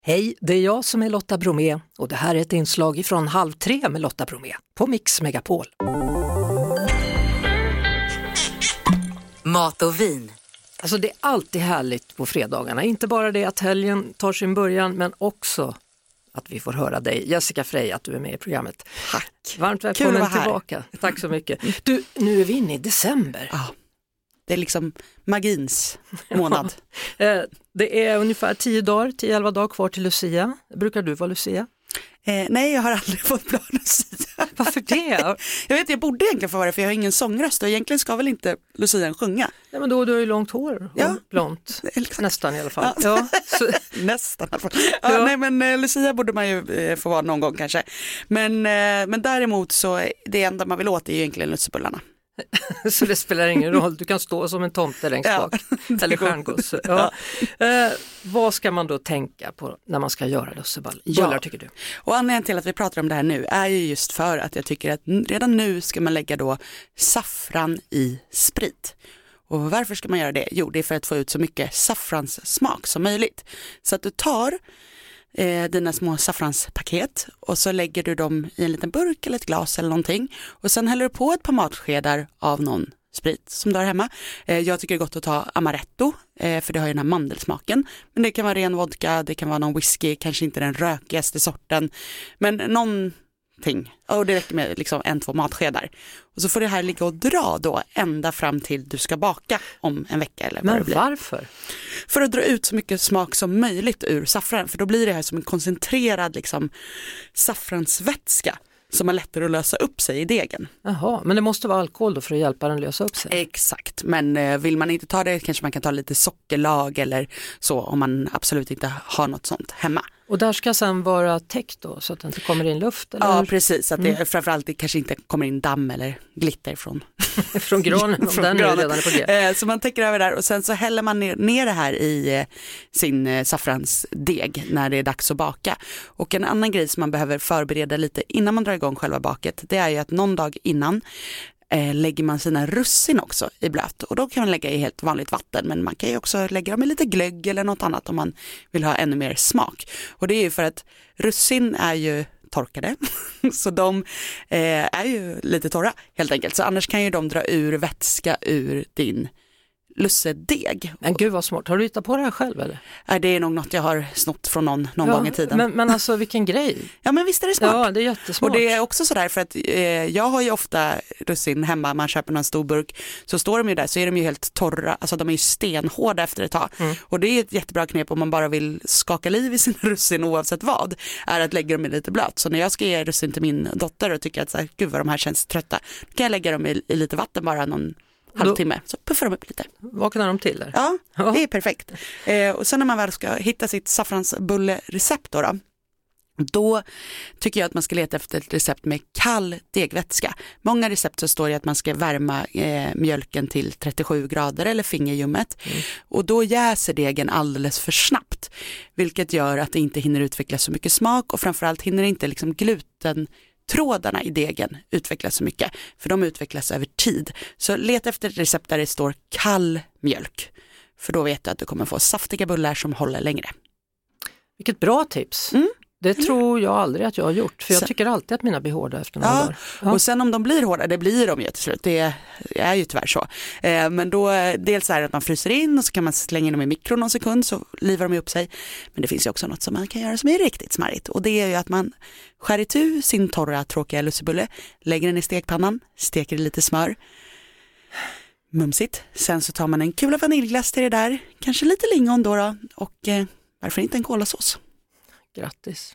Hej, det är jag som är Lotta Bromé och det här är ett inslag ifrån 2:30 med Lotta Bromé på Mix Megapol. Mat och vin. Alltså det är alltid härligt på fredagarna. Inte bara det att helgen tar sin början, men också att vi får höra dig, Jessica Frey, att du är med i programmet. Tack. Varmt välkommen tillbaka. Tack så mycket. Du, nu är vi inne i december. Ja, det är liksom magins månad. Det är ungefär 10-11 dagar kvar till Lucia. Brukar du vara Lucia? Nej, jag har aldrig fått bra Lucia. Varför det? Jag borde egentligen få vara det, för jag har ingen sångröst och egentligen ska väl inte Lucian sjunga. Ja, men då du har ju långt hår och blont. Nästan i alla fall. Ja. Ja, nästan i alla fall. Ja. Nej, men Lucia borde man ju få vara någon gång kanske. Men däremot så det enda man vill åt är ju egentligen lussebullarna. Så det spelar ingen roll, du kan stå som en tomte längst bak, eller stjärngosse. Ja. Vad ska man då tänka på när man ska göra lussebullar, tycker du? Och anledningen till att vi pratar om det här nu är ju just för att jag tycker att redan nu ska man lägga då saffran i sprit. Och varför ska man göra det? Jo, det är för att få ut så mycket saffranssmak som möjligt. Så att du tar dina små saffranspaket och så lägger du dem i en liten burk eller ett glas eller någonting och sen häller du på ett par matskedar av någon sprit som du har hemma. Jag tycker det är gott att ta amaretto för det har ju den här mandelsmaken, men det kan vara ren vodka, det kan vara någon whisky, kanske inte den rökigaste sorten, men någonting, och det räcker med liksom 1-2 matskedar och så får det här ligga och dra då ända fram till du ska baka om en vecka eller vad det blir. Men varför? För att dra ut så mycket smak som möjligt ur saffran, för då blir det här som en koncentrerad liksom saffransvätska som är lättare att lösa upp sig i degen. Jaha, men det måste vara alkohol då för att hjälpa den att lösa upp sig? Exakt, men vill man inte ta det kanske man kan ta lite sockerlag eller så om man absolut inte har något sånt hemma. Och där ska sen vara täckt då så att det inte kommer in luft? Eller? Ja, precis. Att det, framförallt det kanske inte kommer in damm eller glitter från granen. Från den granen. Redan är på G. Så man täcker över där och sen så häller man ner det här i sin saffransdeg när det är dags att baka. Och en annan grej som man behöver förbereda lite innan man drar igång själva baket, det är ju att någon dag innan lägger man sina russin också i blöt och då kan man lägga i helt vanligt vatten, men man kan ju också lägga dem i lite glögg eller något annat om man vill ha ännu mer smak. Och det är ju för att russin är ju torkade så de är ju lite torra helt enkelt, så annars kan ju de dra ur vätska ur din lussedeg. Men gud vad smart, har du hittat på det här själv eller? Nej, det är nog något jag har snott från någon gång i tiden. Men alltså vilken grej. Ja, men visst är det smart. Ja, det är jättesmart. Och det är också sådär för att jag har ju ofta russin hemma, man köper någon stor burk så står de ju där så är de ju helt torra, alltså de är ju stenhårda efter ett tag. Och det är ett jättebra knep om man bara vill skaka liv i sina russin oavsett vad, är att lägga dem i lite blöt. Så när jag ska ge russin till min dotter och tycker att så här, gud vad de här känns trötta, då kan jag lägga dem i lite vatten bara någon halvtimme, så puffar de upp lite. Vaknar de till där? Ja, det är perfekt. Och sen när man väl ska hitta sitt saffransbullerecept då tycker jag att man ska leta efter ett recept med kall degvätska. Många recept så står det att man ska värma mjölken till 37 grader eller fingerljummet. Och då jäser degen alldeles för snabbt, vilket gör att det inte hinner utveckla så mycket smak och framförallt hinner inte liksom glutentrådarna i degen utvecklas så mycket, för de utvecklas över tid. Så leta efter ett recept där det står kall mjölk, för då vet du att du kommer få saftiga bullar som håller längre. Vilket bra tips. Det tror jag aldrig att jag har gjort, för jag tycker alltid att mina blir hårda efter några dagar. Ja. Och sen om de blir hårda, det blir de ju till slut, det är ju tyvärr så. Men då, dels är det att man fryser in och så kan man slänga in dem i mikron någon sekund så livar de upp sig. Men det finns ju också något som man kan göra som är riktigt smarrigt, och det är ju att man skär itu sin torra, tråkiga lussebulle, lägger den i stekpannan, steker i lite smör. Mumsigt. Sen så tar man en kula vaniljglass till det där, kanske lite lingon då och varför inte en kolasås? Grattis.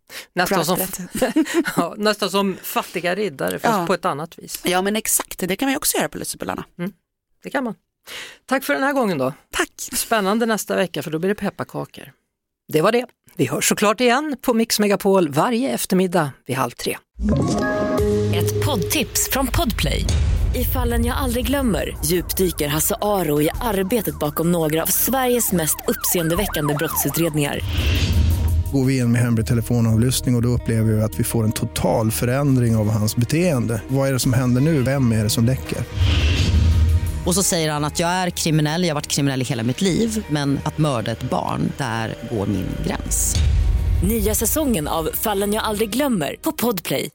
Nästan som fattiga riddare, fast på ett annat vis. Ja, men exakt. Det kan man ju också göra på lussebullarna. Det kan man. Tack för den här gången då. Tack. Spännande nästa vecka, för då blir det pepparkakor. Det var det. Vi hörs såklart igen på Mix Megapol varje eftermiddag vid 2:30. Ett poddtips från Podplay. I Fallen jag aldrig glömmer djupdyker Hasse Aro i arbetet bakom några av Sveriges mest uppseendeväckande brottsutredningar. Går vi in med hemlig telefonavlyssning och då upplever vi att vi får en total förändring av hans beteende. Vad är det som händer nu? Vem är det som läcker? Och så säger han att jag är kriminell, jag har varit kriminell i hela mitt liv, men att mörda ett barn, där går min gräns. Nya säsongen av Fallen jag aldrig glömmer på Podplay.